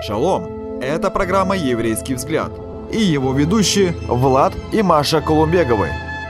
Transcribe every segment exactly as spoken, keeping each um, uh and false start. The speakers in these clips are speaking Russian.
Шалом! Это программа «Еврейский взгляд» и его ведущие Влад и Маша Колумбеговы.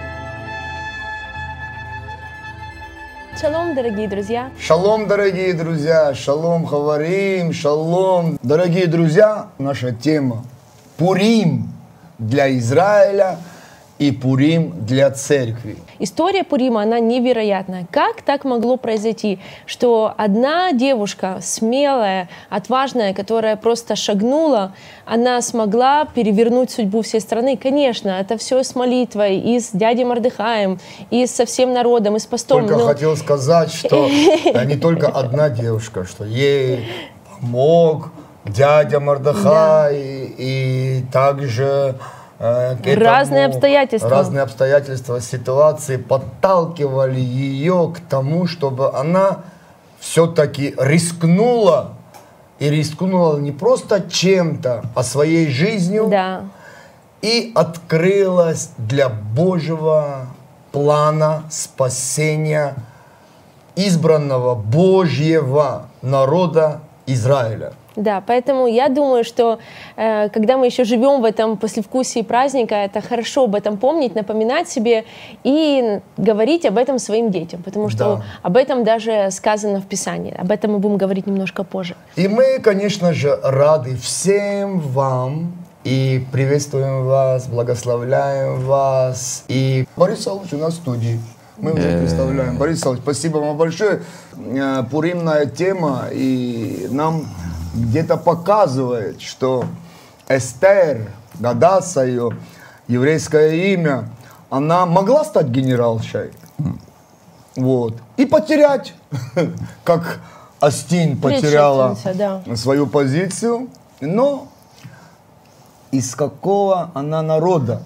Шалом, дорогие друзья! Шалом, дорогие друзья! Шалом, хаварим! Шалом! Дорогие друзья, наша тема Пурим для Израиля и Пурим для церкви. История Пурима, она невероятная. Как так могло произойти, что одна девушка, смелая, отважная, которая просто шагнула, она смогла перевернуть судьбу всей страны? Конечно, это все с молитвой, и с дядей Мордехаем, и со всем народом, и с постом. Только но... хотел сказать, что не только одна девушка, что ей помог дядя Мордехай, и, и также... Этому, разные обстоятельства. Разные обстоятельства, ситуации подталкивали ее к тому, чтобы она все-таки рискнула. И рискнула не просто чем-то, а своей жизнью. Да. И открылась для Божьего плана спасения избранного Божьего народа Израиля. Да, поэтому я думаю, что э, когда мы еще живем в этом послевкусии праздника, это хорошо об этом помнить, напоминать себе и говорить об этом своим детям, потому что да. об этом даже сказано в Писании. Об этом мы будем говорить немножко позже. И мы, конечно же, рады всем вам и приветствуем вас, благословляем вас. И Борис Савлович у нас в студии. Мы уже представляем. Борис Савлович, спасибо вам большое. Пуримная тема, и нам где-то показывает, что Эстер, Гадаса, ее еврейское имя, она могла стать генералшей, вот, и потерять, как Астин потеряла да. свою позицию, но из какого она народа,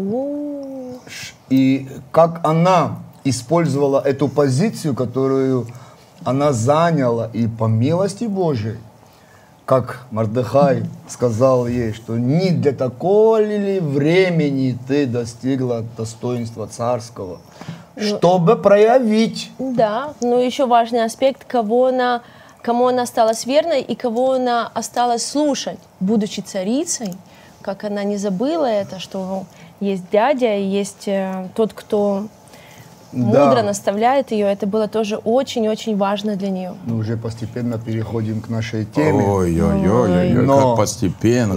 и как она использовала эту позицию, которую она заняла, и по милости Божией, как Мордехай сказал ей, что не для такого ли времени ты достигла достоинства царского, ну, чтобы проявить. Да, но еще важный аспект, кого она, кому она осталась верной и кого она осталась слушать, будучи царицей, как она не забыла это, что есть дядя, есть э, тот, кто мудро да. наставляет ее, это было тоже очень-очень важно для нее. Мы уже постепенно переходим к нашей теме. Ой-ой-ой, Но... как постепенно.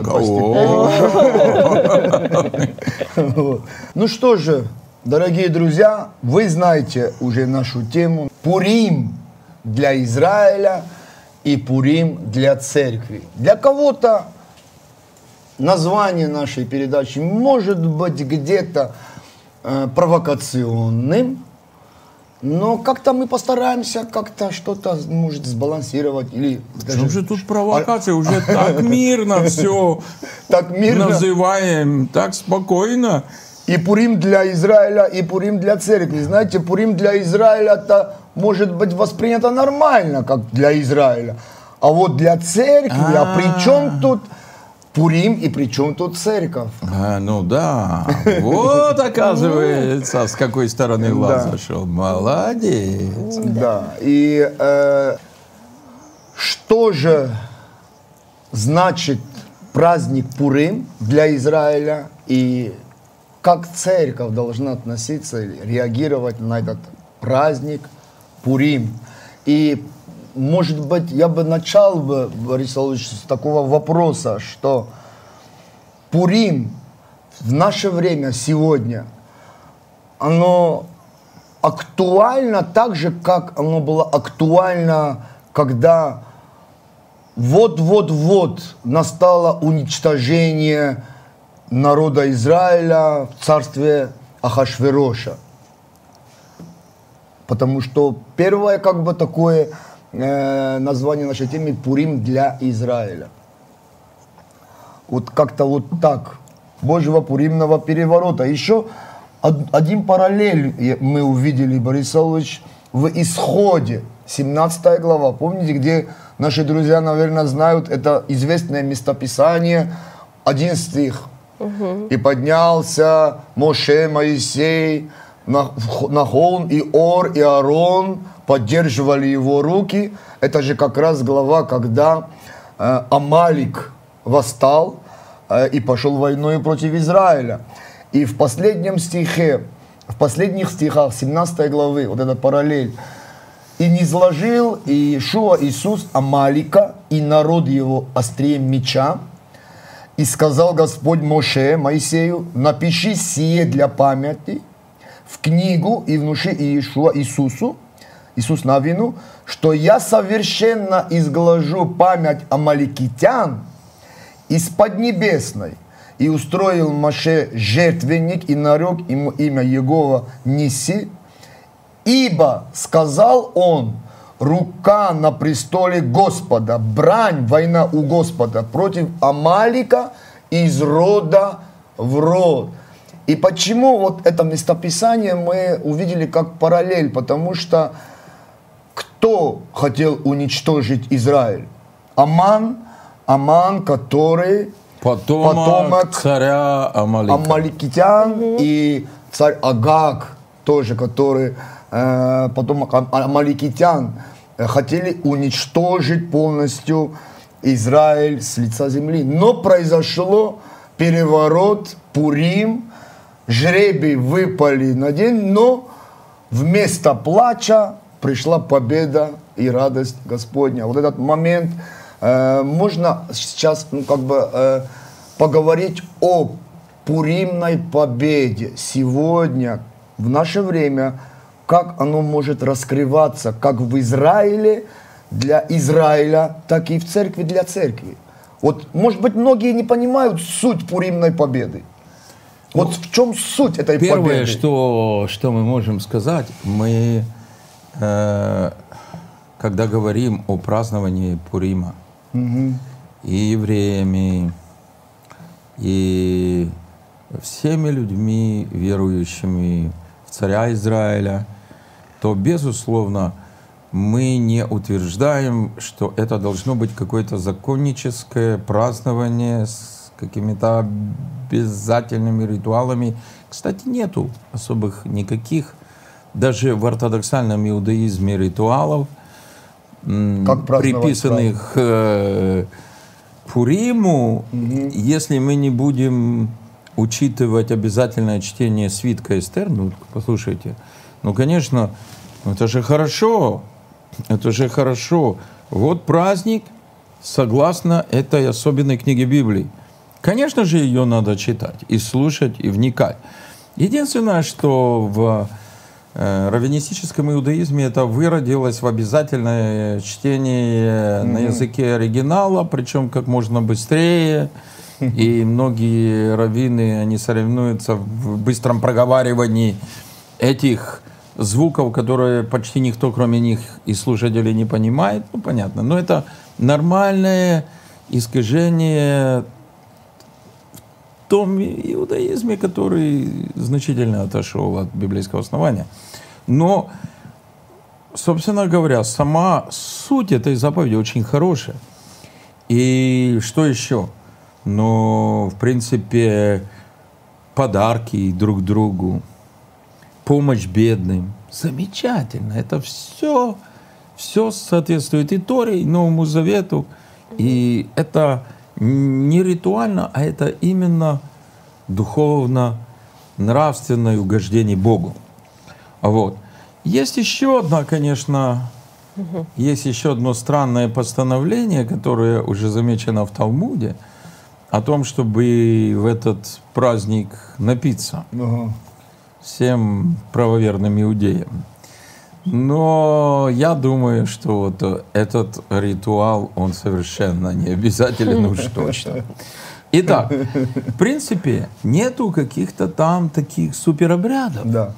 Ну что же, дорогие друзья, вы знаете уже нашу тему. Пурим для Израиля и Пурим для церкви. Для кого-то название нашей передачи может быть где-то провокационным, но как-то мы постараемся как-то что-то, может, сбалансировать или даже... Что же тут провокация? А... Уже так мирно все так мирно называем, так спокойно. И Пурим для Израиля, и Пурим для церкви. Знаете, Пурим для Израиля это может быть воспринято нормально, как для Израиля. А вот для церкви, а, а при чем тут Пурим и при чем тут церковь? А, ну да, вот оказывается, с какой стороны Влад зашел. Молодец. Да, и э, что же значит праздник Пурим для Израиля и как церковь должна относиться или реагировать на этот праздник Пурим? И может быть, я бы начал бы, Борис Павлович, с такого вопроса, что Пурим в наше время сегодня, оно актуально так же, как оно было актуально, когда вот-вот-вот настало уничтожение народа Израиля в царстве Ахашвероша. Потому что первое как бы такое название нашей темы Пурим для Израиля. Вот как-то вот так. Божьего Пуримного переворота. Еще один параллель мы увидели, Борис Павлович, в Исходе, семнадцатая глава. Помните, где наши друзья, наверное, знают, это известное местописание, один стих. Угу. «И поднялся Моше, Моисей на, на холм, и Ор, и Аарон поддерживали его руки». Это же как раз глава, когда э, Амалик восстал э, и пошел войной против Израиля. И в последнем стихе, в последних стихах семнадцатой главы, вот эта параллель, «И низложил Иешуа Иисус Амалика и народ его острием меча, и сказал Господь Моше, Моисею, напиши сие для памяти в книгу и внуши Иешуа Иисусу, Иисус Навину, что я совершенно изглажу память амаликитян из Поднебесной. И устроил Моше жертвенник и нарек ему имя Егова Ниси, ибо сказал он, рука на престоле Господа, брань, война у Господа против Амалика из рода в род». И почему вот это местописание мы увидели как параллель? Потому что кто хотел уничтожить Израиль? Аман, Аман, который Потомок, потомок царя Амалика. амаликитян, и царь Агаг тоже, который э, потомок ам- амаликитян, э, хотели уничтожить полностью Израиль с лица земли. Но произошло переворот, Пурим, жребий выпали на день, но вместо плача пришла победа и радость Господня. Вот этот момент э, можно сейчас ну, как бы э, поговорить о Пуримной победе сегодня, в наше время, как оно может раскрываться как в Израиле для Израиля, так и в церкви для церкви. Вот, может быть, многие не понимают суть Пуримной победы. Вот в чем суть этой Первое, победы? Первое, что, что мы можем сказать, мы, э, когда говорим о праздновании Пурима, Угу. и евреями, и всеми людьми, верующими в царя Израиля, то, безусловно, мы не утверждаем, что это должно быть какое-то законническое празднование с какими-то обязательными ритуалами. Кстати, нету особых никаких, даже в ортодоксальном иудаизме, ритуалов, Как приписанных э, Пуриму, Мгм. если мы не будем учитывать обязательное чтение свитка Эстер. Ну, послушайте, ну, конечно, это же хорошо, это же хорошо. Вот праздник, согласно этой особенной книге Библии. Конечно же, ее надо читать и слушать, и вникать. Единственное, что в э, раввинистическом иудаизме это выродилось в обязательное чтение mm-hmm. на языке оригинала, причем как можно быстрее. И многие раввины, они соревнуются в быстром проговаривании этих звуков, которые почти никто, кроме них, и слушателей не понимает. Ну, понятно. Но это нормальное искажение в том иудаизме, который значительно отошел от библейского основания. Но, собственно говоря, сама суть этой заповеди очень хорошая. И что еще? Но, в принципе, подарки друг другу, помощь бедным. Замечательно. Это все, все соответствует и Торе, и Новому Завету. И это не ритуально, а это именно духовно-нравственное угождение Богу. Вот. Есть еще одна, конечно, угу. есть еще одно странное постановление, которое уже замечено в Талмуде, о том, чтобы в этот праздник напиться uh-huh. всем правоверным иудеям. Но я думаю, что вот этот ритуал, он совершенно не обязателен уж точно. Итак, в принципе, нету каких-то там таких суперобрядов. Да.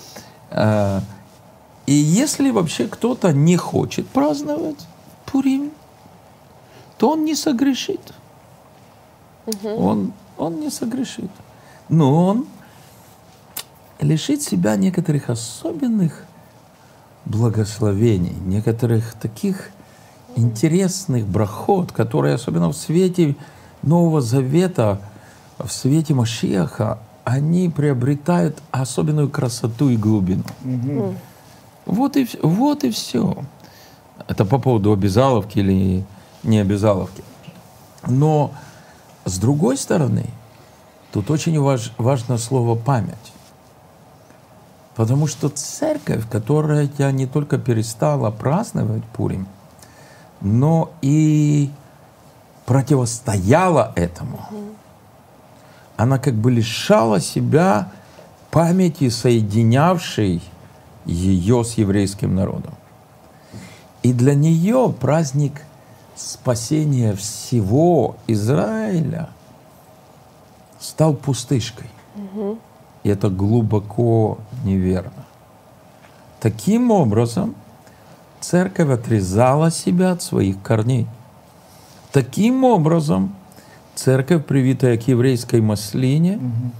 И если вообще кто-то не хочет праздновать Пурим, то он не согрешит. Угу. Он, он не согрешит. Но он лишит себя некоторых особенных благословений, некоторых таких интересных брахот, которые особенно в свете Нового Завета, в свете Машиаха, они приобретают особенную красоту и глубину. Угу. Вот, и, вот и все. Это по поводу обязаловки или, не обязаловки. Но с другой стороны, тут очень важ, важно слово «память». Потому что церковь, которая не только перестала праздновать Пурим, но и противостояла этому, она как бы лишала себя памяти, соединявшей ее с еврейским народом. И для нее праздник спасения всего Израиля стал пустышкой. Мгм. И это глубоко неверно. Таким образом, церковь отрезала себя от своих корней. Таким образом, церковь, привитая к еврейской маслине,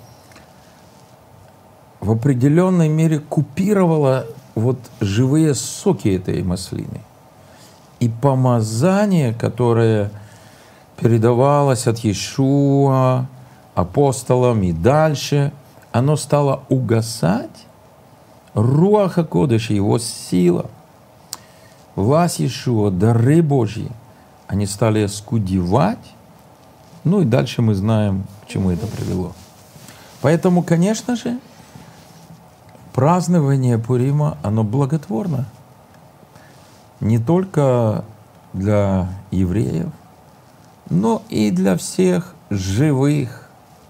в определенной мере купировала вот живые соки этой маслины. И помазание, которое передавалось от Иешуа апостолам и дальше, оно стало угасать. Руах ха-Кодеш, его сила, власть Иешуа, дары Божьи, они стали оскудевать. Ну и дальше мы знаем, к чему это привело. Поэтому, конечно же, празднование Пурима, оно благотворно. Не только для евреев, но и для всех живых,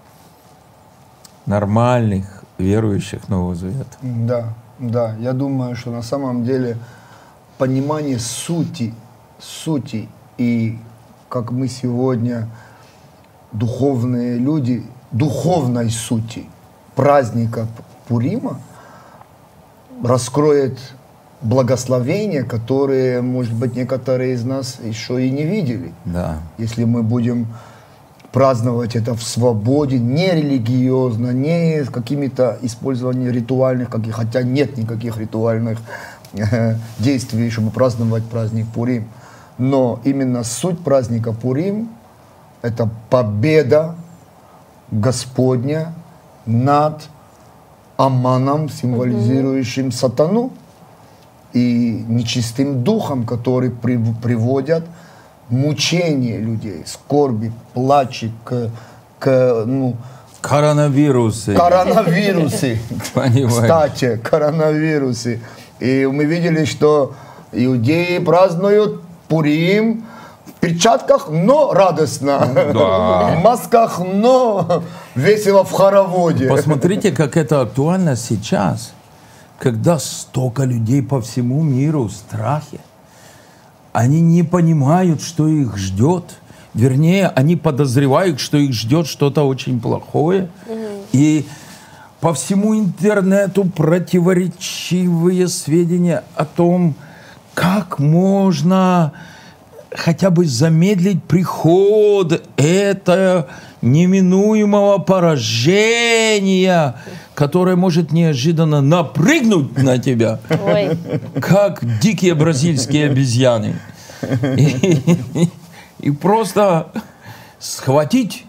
нормальных, верующих Нового Завета. Да, да. Я думаю, что на самом деле понимание сути, сути и как мы сегодня духовные люди, духовной сути праздника Пурима раскроет благословения, которые, может быть, некоторые из нас еще и не видели. Да. Если мы будем праздновать это в свободе, не религиозно, не с какими-то использованием ритуальных, каких, хотя нет никаких ритуальных э, действий, чтобы праздновать праздник Пурим. Но именно суть праздника Пурим – это победа Господня над Аманом, символизирующим mm-hmm. сатану, и нечистым духом, который при, приводят мучение людей, скорби, плачи, к, к, ну, коронавирусы. Коронавирусы. Понимаете. Кстати, коронавирусы. И мы видели, что иудеи празднуют Пурим в перчатках, но радостно. Да. В масках, но весело в хороводе. Посмотрите, как это актуально сейчас, когда столько людей по всему миру в страхе. Они не понимают, что их ждет. Вернее, они подозревают, что их ждет что-то очень плохое. Mm-hmm. И по всему интернету противоречивые сведения о том, как можно хотя бы замедлить приход этого неминуемого поражения, которое может неожиданно напрыгнуть на тебя, Ой. как дикие бразильские обезьяны. И, и просто схватить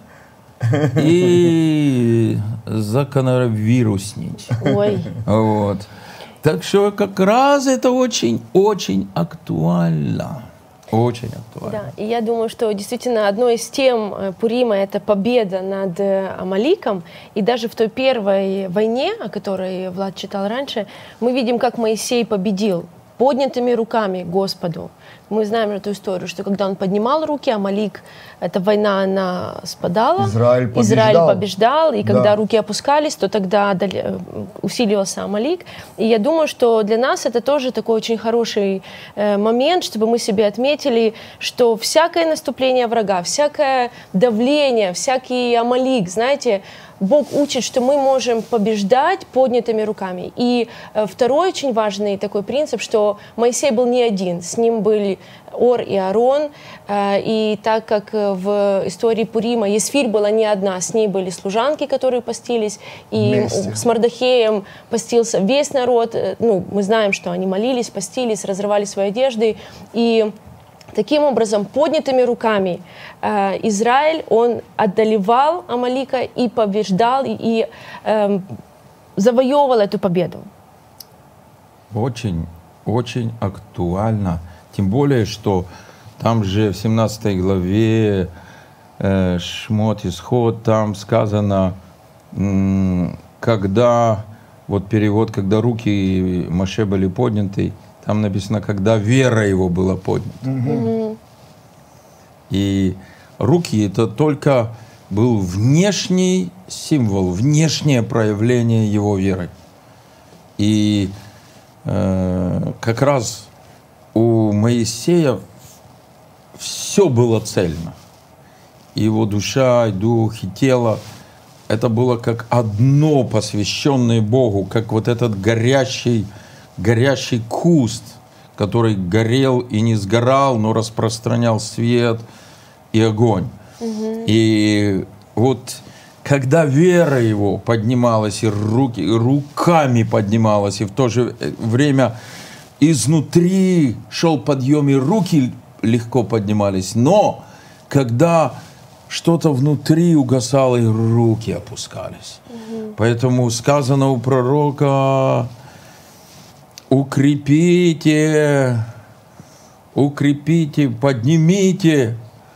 и законовируснить. Ой. Вот. Так что как раз это очень-очень актуально. Очень актуально. Да, и я думаю, что действительно одной из тем э, Пурима — это победа над э, Амаликом. И даже в той первой войне, о которой Влад читал раньше, мы видим, как Моисей победил поднятыми руками Господу. Мы знаем эту историю, что когда он поднимал руки, Амалик, эта война, она спадала. Израиль побеждал. Израиль побеждал, и когда Да. руки опускались, то тогда усиливался Амалик. И я думаю, что для нас это тоже такой очень хороший э, момент, чтобы мы себе отметили, что всякое наступление врага, всякое давление, всякий Амалик, знаете, Бог учит, что мы можем побеждать поднятыми руками. И э, второй очень важный такой принцип, что Моисей был не один, с ним были Ор и Аарон. Э, и так как в истории Пурима Есфирь была не одна, с ней были служанки, которые постились, и Вместе. с Мордехеем постился весь народ. Э, ну, мы знаем, что они молились, постились, разрывали свои одежды. И таким образом, поднятыми руками э, Израиль, он одолевал Амалика и побеждал, и, и э, завоевывал эту победу. Очень, очень актуально. Тем более, что Там же в семнадцатой главе э, Шмот, Исход, там сказано, м, когда, вот перевод, когда руки Моше были подняты, там написано, когда вера его была поднята. Мгм. И руки это только был внешний символ, внешнее проявление его веры. И э, как раз у Моисея все было цельно. И его душа, и дух, и тело. Это было как одно, посвященное Богу, как вот этот горящий, горящий куст, который горел и не сгорал, но распространял свет и огонь. И вот когда вера его поднималась, и руки, и руками поднималась, и в то же время изнутри шел подъем, и руки легко поднимались, но когда что-то внутри угасало, и руки опускались. Поэтому сказано у пророка: укрепите, укрепите, поднимите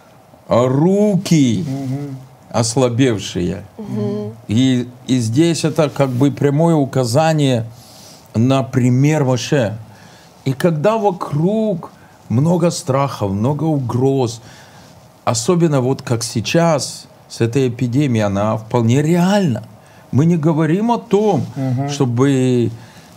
руки ослабевшие. И, и здесь это как бы прямое указание на пример Моше. И когда вокруг много страхов, много угроз, особенно вот как сейчас с этой эпидемией, она вполне реальна. Мы не говорим о том, чтобы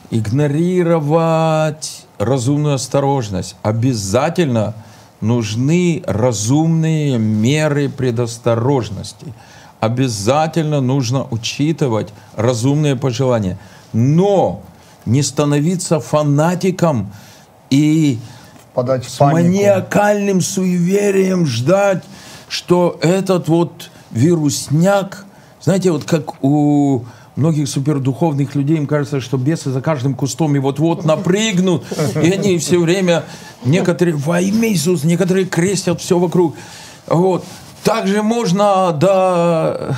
игнорировать разумную осторожность. Обязательно нужны разумные меры предосторожности. Обязательно нужно учитывать разумные пожелания. Но не становиться фанатиком и Подать в с панику. маниакальным суеверием ждать, что этот вот вирусняк, знаете, вот как у многих супердуховных людей, им кажется, что бесы за каждым кустом и вот-вот напрыгнут, и они все время, некоторые во имя Иисуса, некоторые крестят все вокруг. Вот. Также можно, да,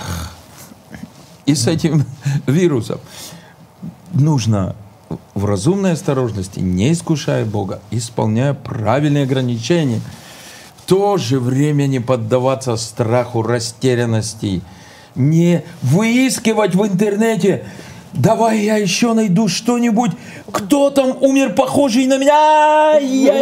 и с этим вирусом. Нужно в разумной осторожности, не искушая Бога, исполняя правильные ограничения, в то же время не поддаваться страху, растерянности, не выискивать в интернете: давай я еще найду что-нибудь, кто там умер похожий на меня,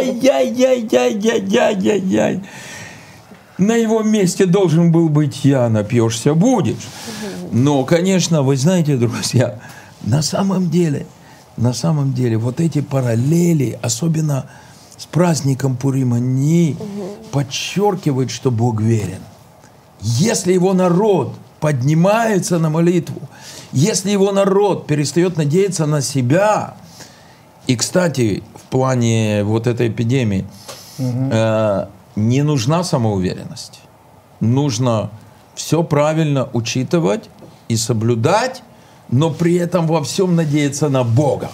яй-яй-яй-яй-яй-яй-яй. На его месте должен был быть я, напьешься будешь. Но, конечно, вы знаете, друзья, на самом деле, на самом деле, вот эти параллели, особенно с праздником Пурим, они подчеркивают, что Бог верен. Если его народ поднимается на молитву, если его народ перестает надеяться на себя, и, кстати, в плане вот этой эпидемии, э, не нужна самоуверенность. Нужно все правильно учитывать и соблюдать, но при этом во всем надеяться на Бога.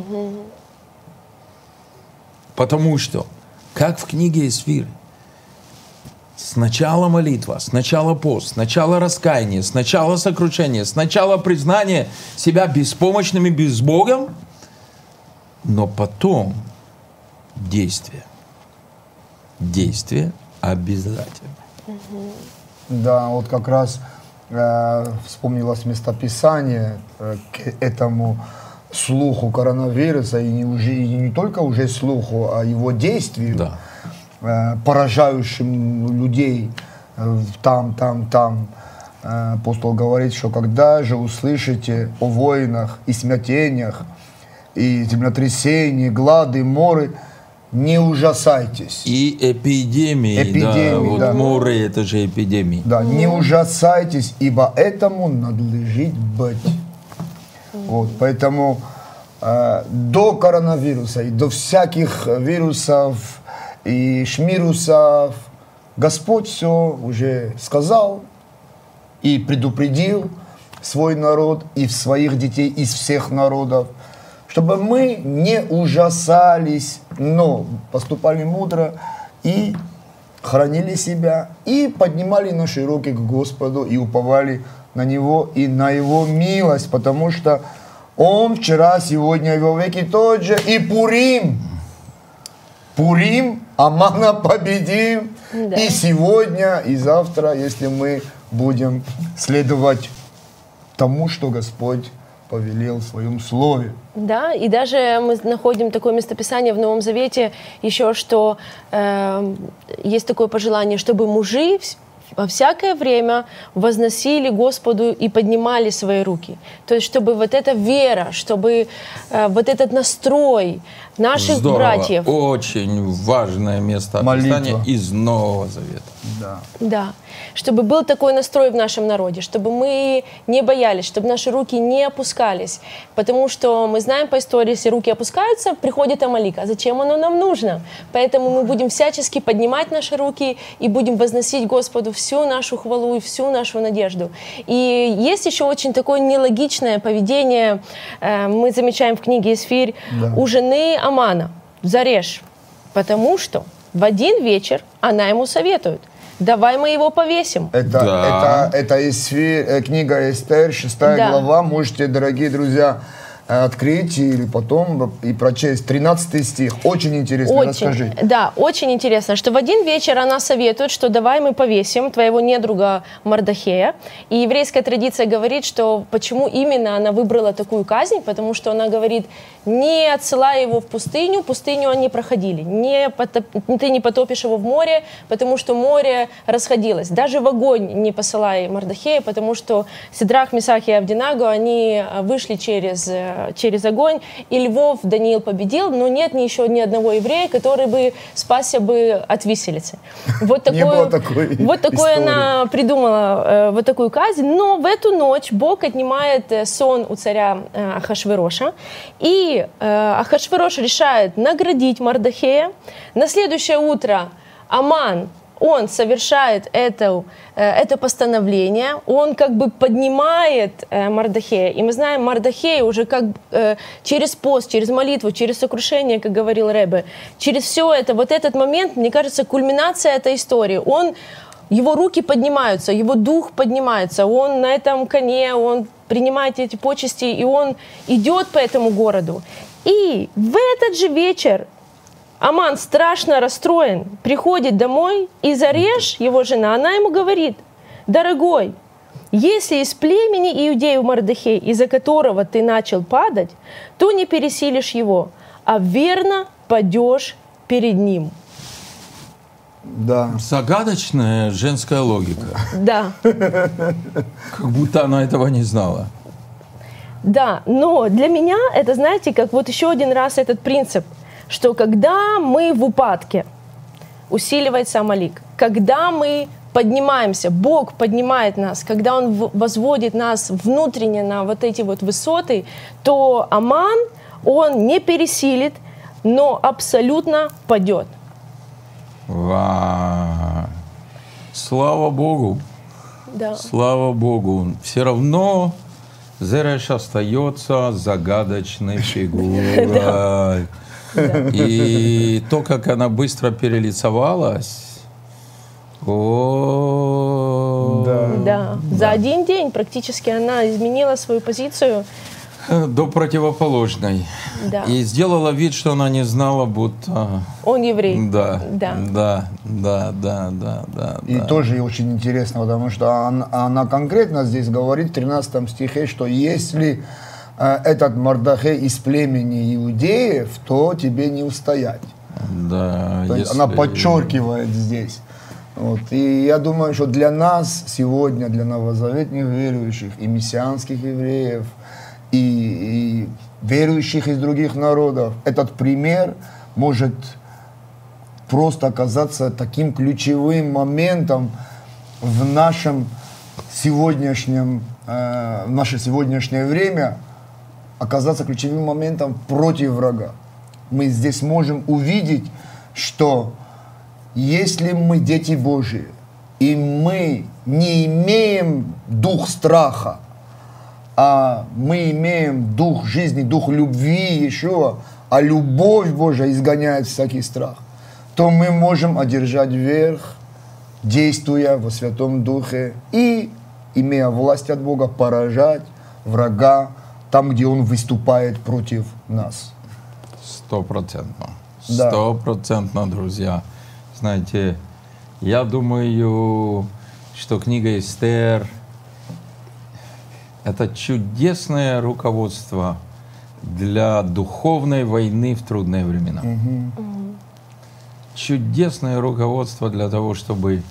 Потому что, как в книге Эсфирь, сначала молитва, сначала пост, сначала раскаяние, сначала сокрушение, сначала признание себя беспомощным и без Бога, но потом действие. Действие обязательно. Да, вот как раз э, вспомнилось местописание э, к этому слуху коронавируса, и не, уже, и не только уже слуху, а его действию, Да. э, поражающим людей э, там, там, там. Э, апостол говорит, что когда же услышите о войнах и смятениях, и землетрясении, глады, моры, не ужасайтесь. И эпидемии, Эпидемии, да, вот да. море это же эпидемии. Да, не ужасайтесь, ибо этому надлежит быть. Вот, поэтому э, до коронавируса и до всяких вирусов и шмирусов Господь все уже сказал и предупредил свой народ и своих детей из всех народов, чтобы мы не ужасались, но поступали мудро и хранили себя, и поднимали наши руки к Господу, и уповали на Него и на Его милость, потому что Он вчера, сегодня и во веки тот же, и Пурим Пурим, Амана победим. Да. И сегодня, и завтра, если мы будем следовать тому, что Господь повелел в своем слове. Да, и даже мы находим такое местописание в Новом Завете еще, что э, есть такое пожелание, чтобы мужи вс- во всякое время возносили Господу и поднимали свои руки. То есть, чтобы вот эта вера, чтобы э, вот этот настрой наших Здорово. братьев. Очень важное место Молитва. описания из Нового Завета. Да. Да, чтобы был такой настрой в нашем народе, чтобы мы не боялись, чтобы наши руки не опускались. Потому что мы знаем по истории, если руки опускаются, приходит Амалик. А зачем оно нам нужно? Поэтому мы будем всячески поднимать наши руки и будем возносить Господу всю нашу хвалу и всю нашу надежду. И есть еще очень такое нелогичное поведение, э, мы замечаем в книге «Исфирь», Да. у жены Амана, Зареш, потому что в один вечер она ему советует: давай мы его повесим. Это, Да. это, это Исфирь, э, книга Эстер, шестая Да. глава. Можете, дорогие друзья, э, открыть или потом и прочесть тринадцатый стих. Очень интересно, Очень, расскажи. да, очень интересно, что в один вечер она советует, что давай мы повесим твоего недруга Мардохея. И еврейская традиция говорит, что почему именно она выбрала такую казнь, потому что она говорит: не отсылай его в пустыню, пустыню они проходили, не потоп... ты не потопишь его в море, потому что море расходилось. Даже в огонь не посылай Мардохея, потому что Сидрах, Месах и Авдинаго, они вышли через, через огонь, и львов Даниил победил, но нет ни еще ни одного еврея, который бы спасся бы от виселицы. Вот Не было такой вот такое истории. она придумала, э, вот такую казнь. Но в эту ночь Бог отнимает э, сон у царя э, Ахашвероша, и э, Ахашверош решает наградить Мардохея. На следующее утро Аман, он совершает это, э, это постановление, он как бы поднимает э, Мардохея. И мы знаем, Мардохей уже как э, через пост, через молитву, через сокрушение, как говорил Ребе, через все это, вот этот момент, мне кажется, кульминация этой истории. Он, его руки поднимаются, его дух поднимается, он на этом коне, он принимает эти почести, и он идет по этому городу. И в этот же вечер Аман страшно расстроен, приходит домой, и Зареш, его жена, она ему говорит: дорогой, если из племени иудеев Мардохей, из-за которого ты начал падать, то не пересилишь его, а верно падешь перед ним. Да. Загадочная женская логика. Да, Как будто она этого не знала. да, но для меня это, знаете, как вот еще один раз этот принцип, что когда мы в упадке, усиливается Амалик, когда мы поднимаемся, Бог поднимает нас, когда Он в- возводит нас внутренне на вот эти вот высоты, то Аман, он не пересилит, но абсолютно падет. Ва. Слава Богу. Да. Слава Богу. Все равно Зереш остается загадочной фигурой. И то, как она быстро перелицовалась, о, Да. Да. За один день практически она изменила свою позицию. до противоположной. Да. И сделала вид, что она не знала, будто... Он еврей. Да, Да. да, да, да, да, да. И да. тоже очень интересно, потому что она, она конкретно здесь говорит в тринадцатом стихе, что если э, этот Мардохей из племени иудеев, то тебе не устоять. Да, То есть если- она подчеркивает здесь. Вот. И я думаю, что для нас сегодня, для новозаветных верующих и мессианских евреев, и, и верующих из других народов, этот пример может просто оказаться таким ключевым моментом в нашем сегодняшнем, э, в наше сегодняшнее время, оказаться ключевым моментом против врага. Мы здесь можем увидеть, что если мы дети Божьи, и мы не имеем дух страха, а мы имеем дух жизни, дух любви еще, а любовь Божья изгоняет всякий страх, то мы можем одержать верх, действуя во Святом Духе и, имея власть от Бога, поражать врага там, где он выступает против нас. Стопроцентно. Да. Стопроцентно, друзья. Знаете, я думаю, что книга Эстер — это чудесное руководство для духовной войны в трудные времена. Мгм. Чудесное руководство для того, чтобы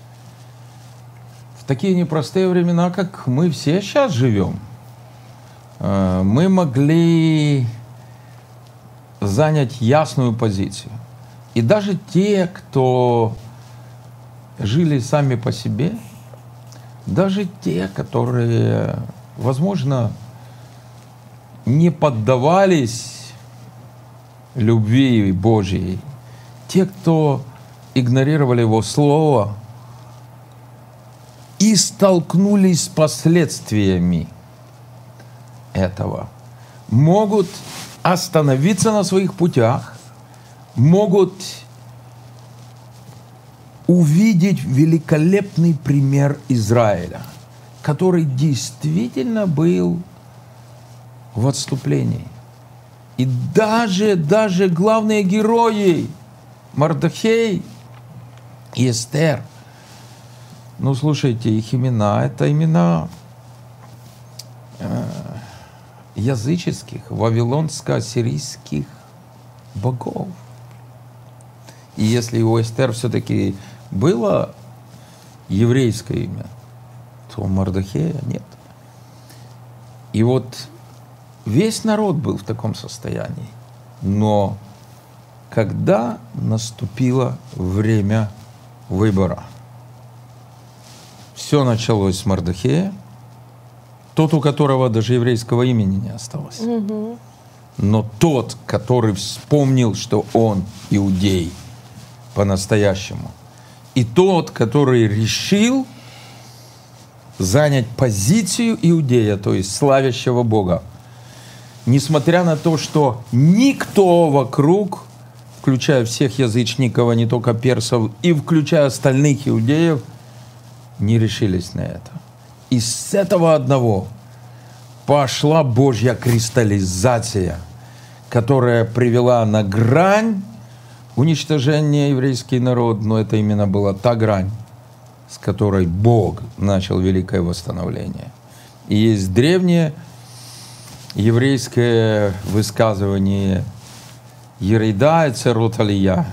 в такие непростые времена, как мы все сейчас живем, э, мы могли занять ясную позицию. И даже те, кто жили сами по себе, даже те, которые, возможно, не поддавались любви Божьей, те, кто игнорировали Его Слово и столкнулись с последствиями этого, могут остановиться на своих путях, могут увидеть великолепный пример Израиля, который действительно был в отступлении. И даже, даже главные герои Мардохей и Эстер, ну, слушайте, их имена — это имена э, языческих, вавилонско-ассирийских богов. И если у Эстер все-таки было еврейское имя, то у Мардохея нет. И вот весь народ был в таком состоянии. Но когда наступило время выбора, все началось с Мардохея, тот, у которого даже еврейского имени не осталось. Мгм. Но тот, который вспомнил, что он иудей по-настоящему, и тот, который решил занять позицию иудея, то есть славящего Бога, несмотря на то, что никто вокруг, включая всех язычников, а не только персов, и включая остальных иудеев, не решились на это. И с этого одного пошла Божья кристаллизация, которая привела на грань уничтожения еврейский народ, но это именно была та грань, с которой Бог начал великое восстановление. И есть древнее еврейское высказывание «Ереда и церот алия».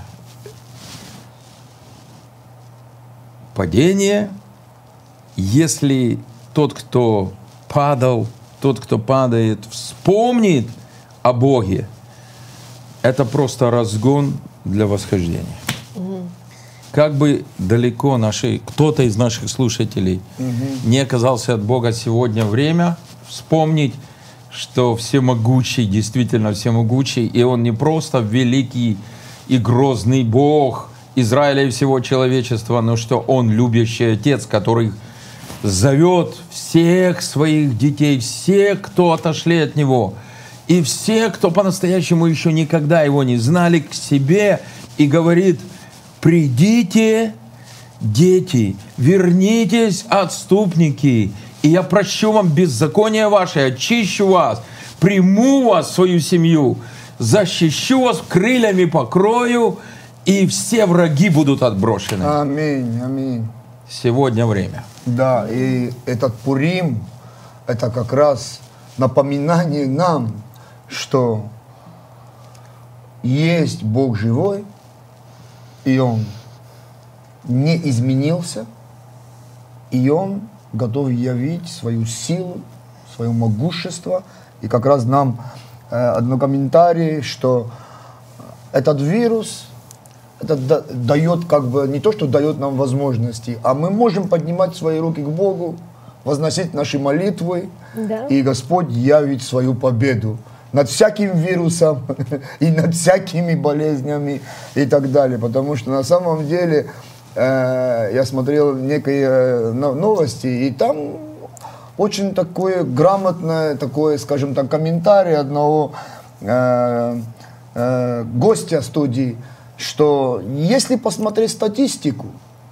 Падение, если тот, кто падал, тот, кто падает, вспомнит о Боге, это просто разгон для восхождения. Как бы далеко наши, кто-то из наших слушателей не оказался от Бога сегодня, время вспомнить, что всемогущий, действительно всемогущий, и Он не просто великий и грозный Бог Израиля и всего человечества, но что Он любящий Отец, который зовет всех своих детей, всех, кто отошли от Него, и все, кто по-настоящему еще никогда Его не знали, к себе, и говорит: «Придите, дети, вернитесь, отступники, и я прощу вам беззаконие ваше, очищу вас, приму вас в свою семью, защищу вас, крыльями покрою, и все враги будут отброшены». Аминь, аминь. Сегодня время. Да, и этот Пурим, это как раз напоминание нам, что есть Бог живой, и Он не изменился, и Он готов явить свою силу, свое могущество. И как раз нам э, одно комментарий, что этот вирус, это да, дает как бы, не то, что дает нам возможности, а мы можем поднимать свои руки к Богу, возносить наши молитвы, Да. и Господь явит свою победу над всяким вирусом и над всякими болезнями и так далее. Потому что на самом деле э, я смотрел некие э, новости, и там очень такое грамотное, такое, скажем так, комментарий одного э, э, гостя студии, что если посмотреть статистику,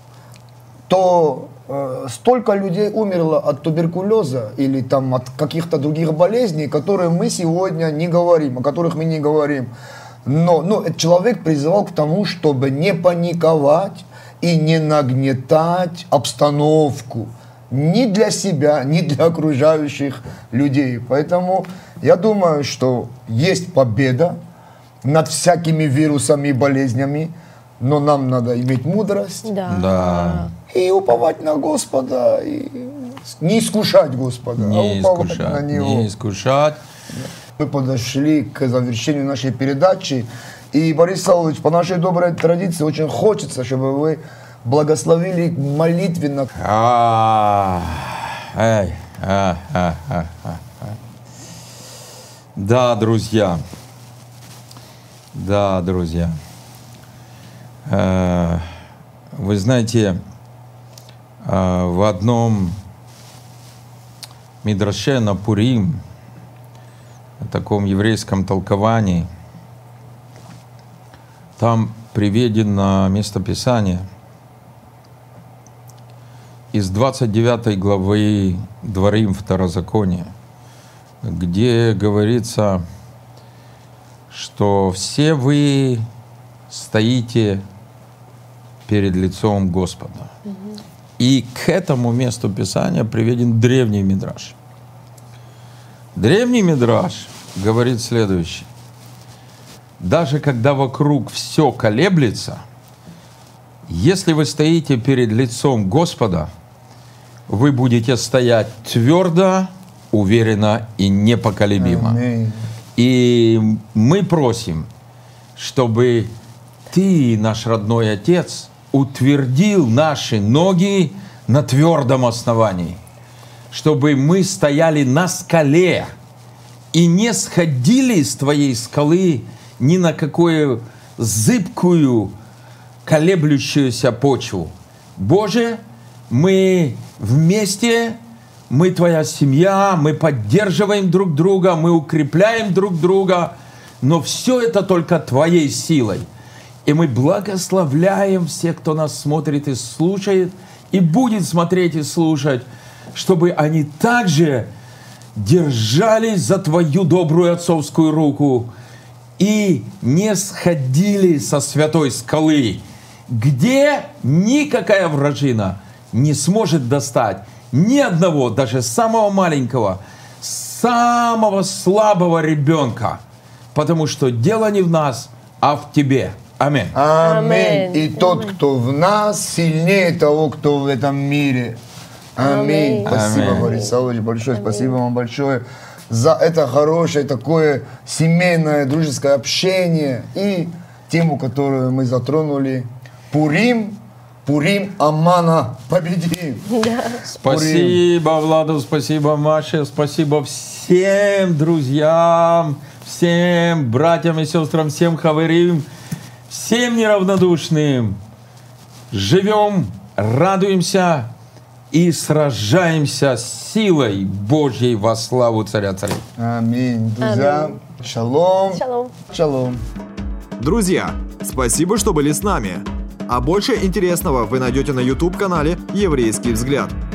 то э, столько людей умерло от туберкулеза или там от каких-то других болезней, которые мы сегодня не говорим, о которых мы не говорим. Но ну, этот человек призывал к тому, чтобы не паниковать и не нагнетать обстановку ни для себя, ни для окружающих людей. Поэтому я думаю, что есть победа над всякими вирусами и болезнями, но нам надо иметь мудрость Да. Да. и уповать на Господа, и не искушать Господа, Не а уповать искушать, на Него. не искушать. Мы подошли к завершению нашей передачи. И, Борис Саулович, по нашей доброй традиции очень хочется, чтобы вы благословили молитвенно. А, эй, а, а, а, а, а. Да, друзья. Да, друзья. Э, Вы знаете, э, в одном мидраше на Пурим, в таком еврейском толковании, там приведено местописание из двадцать девятой главы Дворим Второзакония, где говорится, что все вы стоите перед лицом Господа. И к этому месту Писания приведен древний мидраш. Древний мидраш говорит следующее. Даже когда вокруг все колеблется, если вы стоите перед лицом Господа, вы будете стоять твердо, уверенно и непоколебимо. Аминь. И мы просим, чтобы Ты, наш родной Отец, утвердил наши ноги на твердом основании, чтобы мы стояли на скале и не сходили с Твоей скалы ни на какую зыбкую, колеблющуюся почву. Боже, мы вместе, мы Твоя семья, мы поддерживаем друг друга, мы укрепляем друг друга, но все это только Твоей силой. И мы благословляем всех, кто нас смотрит и слушает, и будет смотреть и слушать, чтобы они также держались за Твою добрую отцовскую руку и не сходили со святой скалы, где никакая вражина не сможет достать ни одного, даже самого маленького, самого слабого ребенка, потому что дело не в нас, а в Тебе. Аминь. Аминь. Аминь. И тот, кто в нас, сильнее того, кто в этом мире. Аминь. Аминь. Спасибо, Аминь. Борис Саулович, большое спасибо вам большое за это хорошее такое семейное, дружеское общение и тему, которую мы затронули. Пурим, Пурим, Амана, победим. Спасибо, Владу, спасибо, Маше, спасибо всем друзьям, всем братьям и сестрам, всем хаверим, всем неравнодушным. Живем, радуемся и сражаемся силой Божьей во славу Царя Царей. Аминь. Друзья, Аминь. шалом. Шалом. Шалом. Друзья, спасибо, что были с нами. А больше интересного вы найдете на YouTube-канале «Еврейский взгляд».